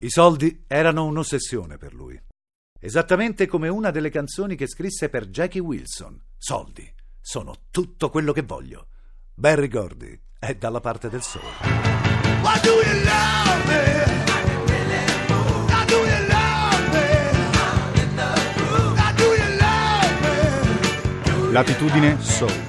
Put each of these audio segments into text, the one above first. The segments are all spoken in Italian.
I soldi erano un'ossessione per lui, esattamente come una delle canzoni che scrisse per Jackie Wilson. Soldi sono tutto quello che voglio. Berry Gordy è dalla parte del sole. Why do you love me? Why do you love me? Why do you love me? Latitudine Soul.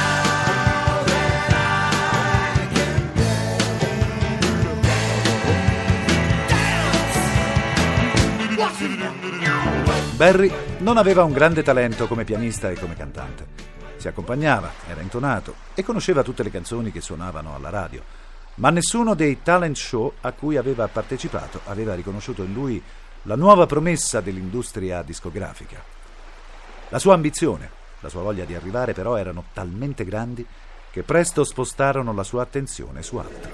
Berry non aveva un grande talento come pianista e come cantante. Si accompagnava, era intonato e conosceva tutte le canzoni che suonavano alla radio, ma nessuno dei talent show a cui aveva partecipato aveva riconosciuto in lui la nuova promessa dell'industria discografica. La sua ambizione, la sua voglia di arrivare però erano talmente grandi che presto spostarono la sua attenzione su altro.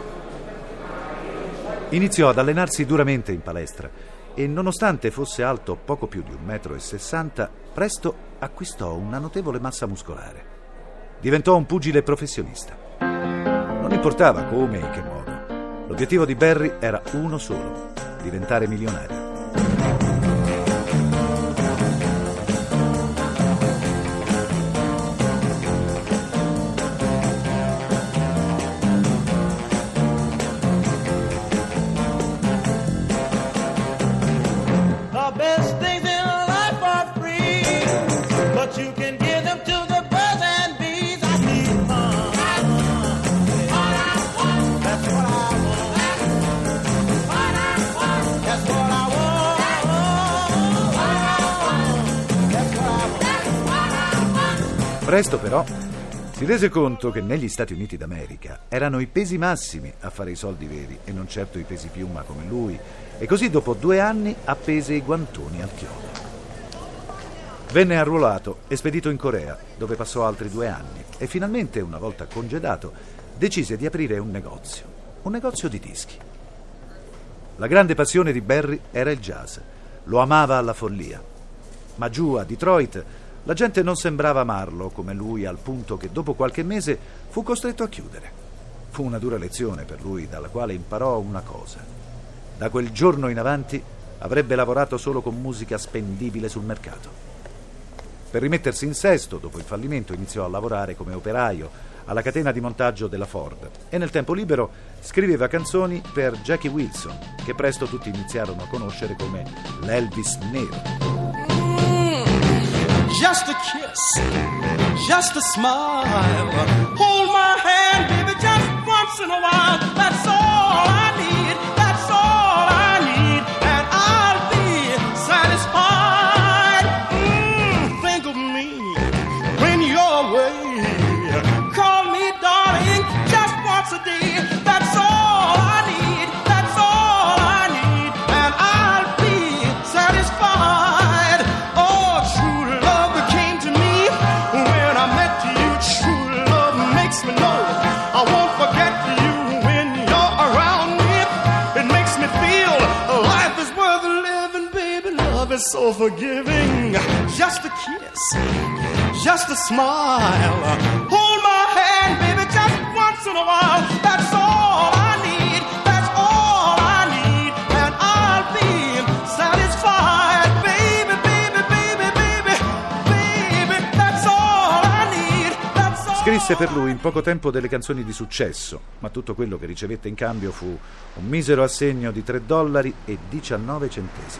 Iniziò ad allenarsi duramente in palestra e, nonostante fosse alto poco più di 1,60 m, presto acquistò una notevole massa muscolare. Diventò un pugile professionista. Non importava come e in che modo. L'obiettivo di Berry era uno solo: diventare milionario. Presto però si rese conto che negli Stati Uniti d'America erano i pesi massimi a fare i soldi veri e non certo i pesi piuma come lui, e così dopo 2 anni appese i guantoni al chiodo. Venne arruolato e spedito in Corea, dove passò altri 2 anni e finalmente, una volta congedato, decise di aprire un negozio di dischi. La grande passione di Berry era il jazz, lo amava alla follia, ma giù a Detroit la gente non sembrava amarlo come lui, al punto che dopo qualche mese fu costretto a chiudere. Fu una dura lezione per lui, dalla quale imparò una cosa: da quel giorno in avanti avrebbe lavorato solo con musica spendibile sul mercato. Per rimettersi in sesto, dopo il fallimento, iniziò a lavorare come operaio alla catena di montaggio della Ford e nel tempo libero scriveva canzoni per Jackie Wilson, che presto tutti iniziarono a conoscere come l'Elvis nero. Just a kiss, just a smile, hold my hand, baby, just once in a while. That's all I need, that's all I need, and I'll be satisfied. Think of me when you're away, call me darling, just once a day. That's all I need, that's all I need, and I'll be satisfied. Oh, true love came to me when I met you. True love makes me know I won't forget you when you're around me. It makes me feel life is worth living, baby. Love is so forgiving. Just a kiss, just a smile, hold my hand, baby, just once in a while. That's all I need, that's all I need, and I'll be satisfied, baby, baby, baby, baby, baby, that's all I need, that's all. Scrisse per lui in poco tempo delle canzoni di successo, ma tutto quello che ricevette in cambio fu un misero assegno di $3.19.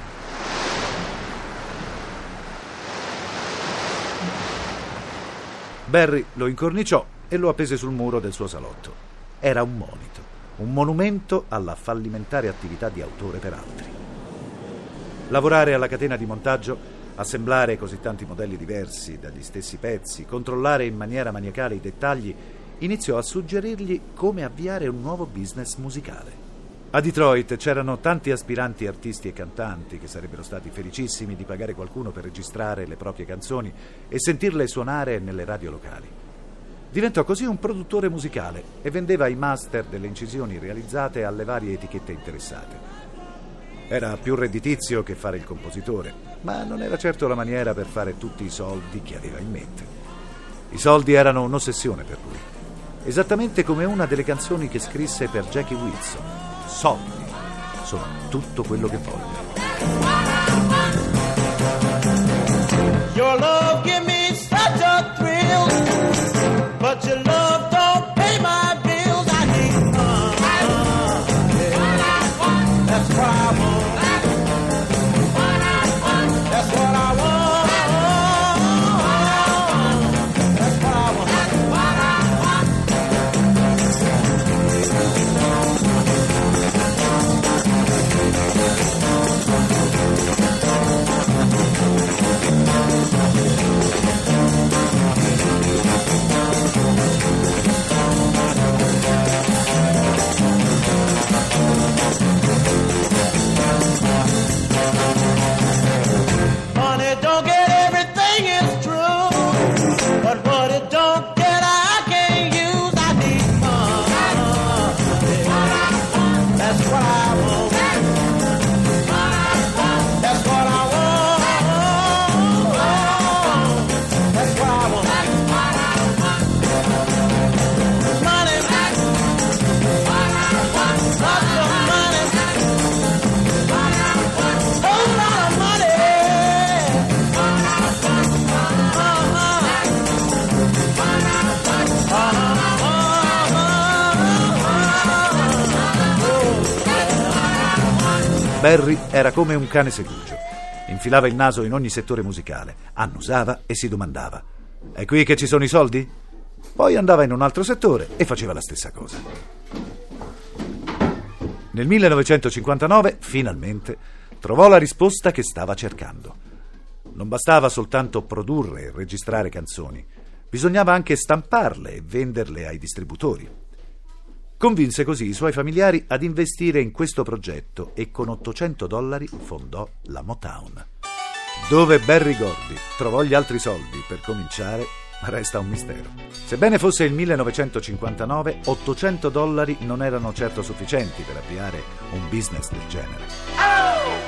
Berry lo incorniciò e lo appese sul muro del suo salotto. Era un monito, un monumento alla fallimentare attività di autore per altri. Lavorare alla catena di montaggio, assemblare così tanti modelli diversi dagli stessi pezzi, controllare in maniera maniacale i dettagli, iniziò a suggerirgli come avviare un nuovo business musicale. A Detroit c'erano tanti aspiranti artisti e cantanti che sarebbero stati felicissimi di pagare qualcuno per registrare le proprie canzoni e sentirle suonare nelle radio locali. Diventò così un produttore musicale e vendeva i master delle incisioni realizzate alle varie etichette interessate. Era più redditizio che fare il compositore, ma non era certo la maniera per fare tutti i soldi che aveva in mente. I soldi erano un'ossessione per lui, esattamente come una delle canzoni che scrisse per Jackie Wilson. Soldi sono tutto quello che voglio. Your love give me such a thrill, but your love don't pay my bills. I need that's what I want. That's what I want. That's what I want. Money don't get everything, it's true, but what it don't get I can't use. I need money. That's what I want. That's what I want. That's what I want. Money. Lots of money. Whole lot of money. Barry era come un cane segugio. Infilava il naso in ogni settore musicale, annusava e si domandava: è qui che ci sono i soldi? Poi andava in un altro settore e faceva la stessa cosa. Nel 1959, finalmente, trovò la risposta che stava cercando. Non bastava soltanto produrre e registrare canzoni, bisognava anche stamparle e venderle ai distributori. Convinse così i suoi familiari ad investire in questo progetto e con $800 fondò la Motown. Dove Berry Gordy trovò gli altri soldi per cominciare resta un mistero. Sebbene fosse il 1959, $800 non erano certo sufficienti per avviare un business del genere.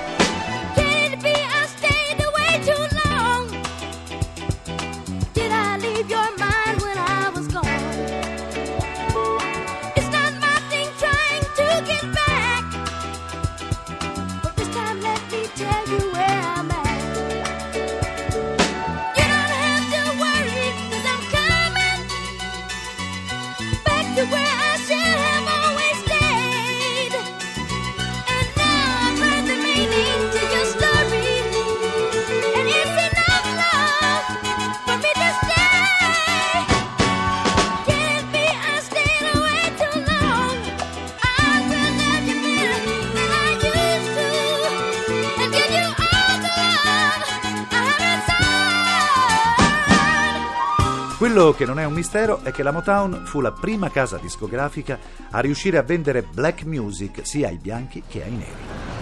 Quello che non è un mistero è che la Motown fu la prima casa discografica a riuscire a vendere black music sia ai bianchi che ai neri.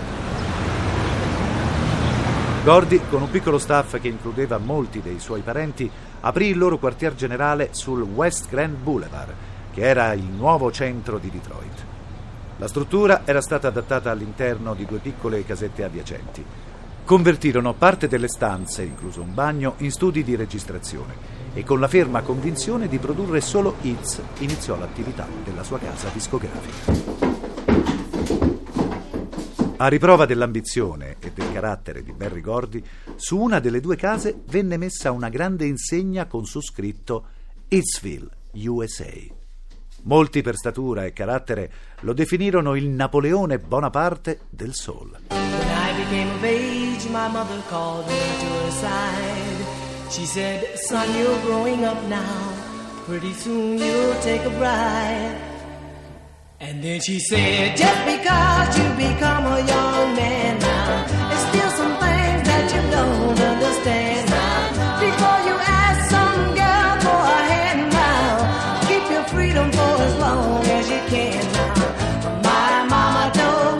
Gordy, con un piccolo staff che includeva molti dei suoi parenti, aprì il loro quartier generale sul West Grand Boulevard, che era il nuovo centro di Detroit. La struttura era stata adattata all'interno di 2 piccole casette adiacenti. Convertirono parte delle stanze, incluso un bagno, in studi di registrazione e con la ferma convinzione di produrre solo hits iniziò l'attività della sua casa discografica. A riprova dell'ambizione e del carattere di Berry Gordy, su una delle 2 case venne messa una grande insegna con su scritto Hitsville, USA. Molti per statura e carattere lo definirono il Napoleone Bonaparte del soul. When I became of age, my mother called me to her side. She said, son, you're growing up now. Pretty soon you'll take a bride. And then she said, just because you become a young man now, there's still some things that you don't understand now. Before you ask some girl for a hand now, keep your freedom for as long as you can now. My mama told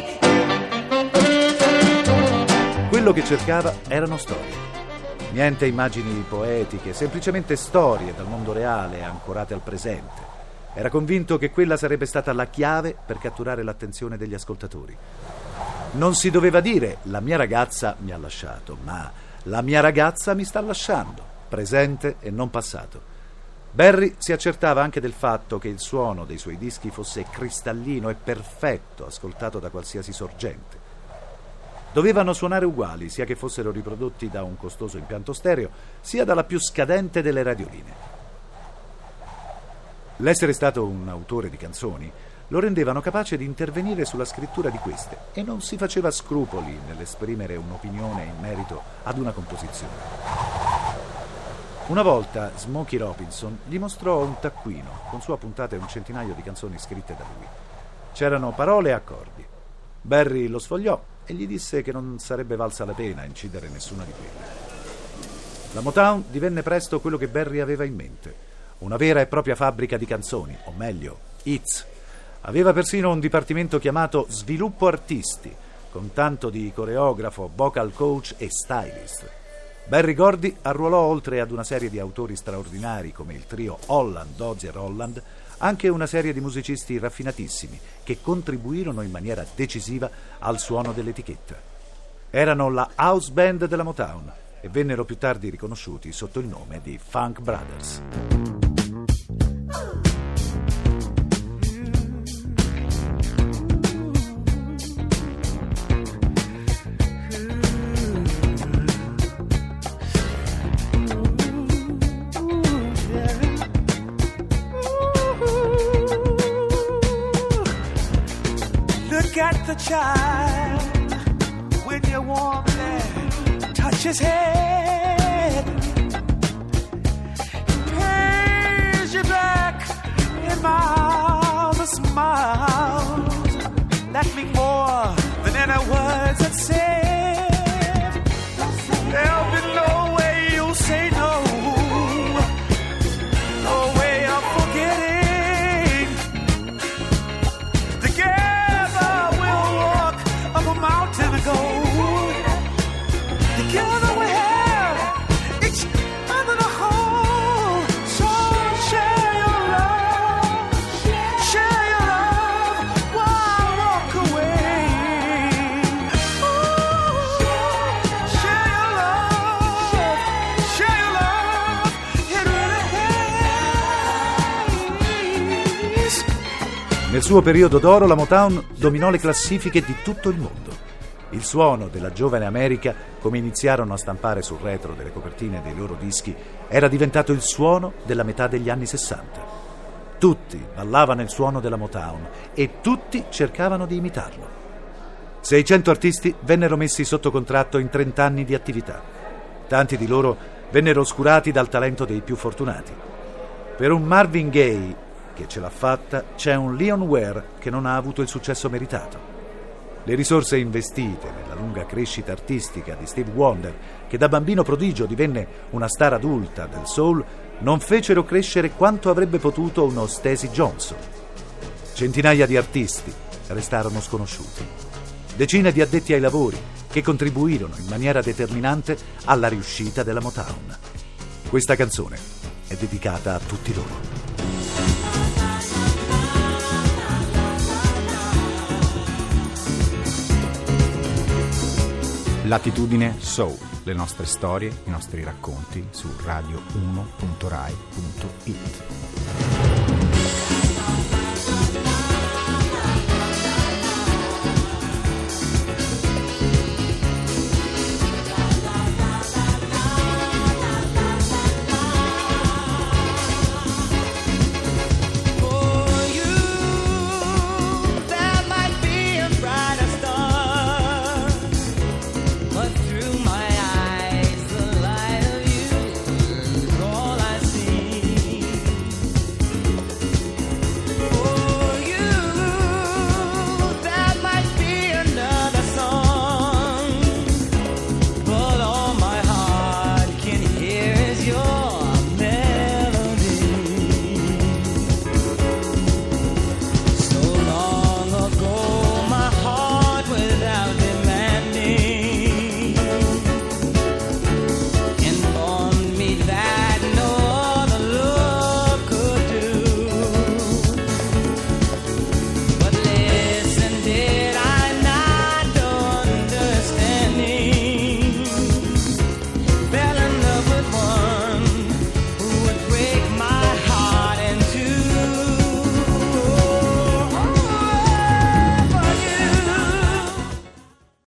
me. Quello che cercava erano storie. Niente immagini poetiche, semplicemente storie dal mondo reale ancorate al presente. Era convinto che quella sarebbe stata la chiave per catturare l'attenzione degli ascoltatori. Non si doveva dire «la mia ragazza mi ha lasciato», ma «la mia ragazza mi sta lasciando», presente e non passato. Barry si accertava anche del fatto che il suono dei suoi dischi fosse cristallino e perfetto, ascoltato da qualsiasi sorgente. Dovevano suonare uguali, sia che fossero riprodotti da un costoso impianto stereo, sia dalla più scadente delle radioline. L'essere stato un autore di canzoni lo rendevano capace di intervenire sulla scrittura di queste e non si faceva scrupoli nell'esprimere un'opinione in merito ad una composizione. Una volta Smokey Robinson gli mostrò un taccuino con su appuntate un centinaio di canzoni scritte da lui. C'erano parole e accordi. Barry lo sfogliò e gli disse che non sarebbe valsa la pena incidere nessuna di quelle. La Motown divenne presto quello che Barry aveva in mente, una vera e propria fabbrica di canzoni, o meglio, hits. Aveva persino un dipartimento chiamato Sviluppo Artisti, con tanto di coreografo, vocal coach e stylist. Berry Gordy arruolò, oltre ad una serie di autori straordinari come il trio Holland, Dozier Holland, anche una serie di musicisti raffinatissimi che contribuirono in maniera decisiva al suono dell'etichetta. Erano la house band della Motown e vennero più tardi riconosciuti sotto il nome di Funk Brothers. Look at the child when you warmly touch his head. He pays you back in marvelous smiles that mean more than any words that said. There'll be no way you'll say no, no way of forgetting. Mountain ago, together we have each other to hold. So share your love while I walk away. Ooh, share your love, it really pays. Nel suo periodo d'oro la Motown dominò le classifiche di tutto il mondo. Il suono della giovane America, come iniziarono a stampare sul retro delle copertine dei loro dischi, era diventato il suono della metà degli anni 60. Tutti ballavano il suono della Motown e tutti cercavano di imitarlo. 600 artisti vennero messi sotto contratto in 30 anni di attività. Tanti di loro vennero oscurati dal talento dei più fortunati. Per un Marvin Gaye che ce l'ha fatta, c'è un Leon Ware che non ha avuto il successo meritato. Le risorse investite nella lunga crescita artistica di Steve Wonder, che da bambino prodigio divenne una star adulta del soul, non fecero crescere quanto avrebbe potuto uno Stacey Johnson. Centinaia di artisti restarono sconosciuti. Decine di addetti ai lavori che contribuirono in maniera determinante alla riuscita della Motown. Questa canzone è dedicata a tutti loro. Latitudine Soul, le nostre storie, i nostri racconti su radio1.rai.it.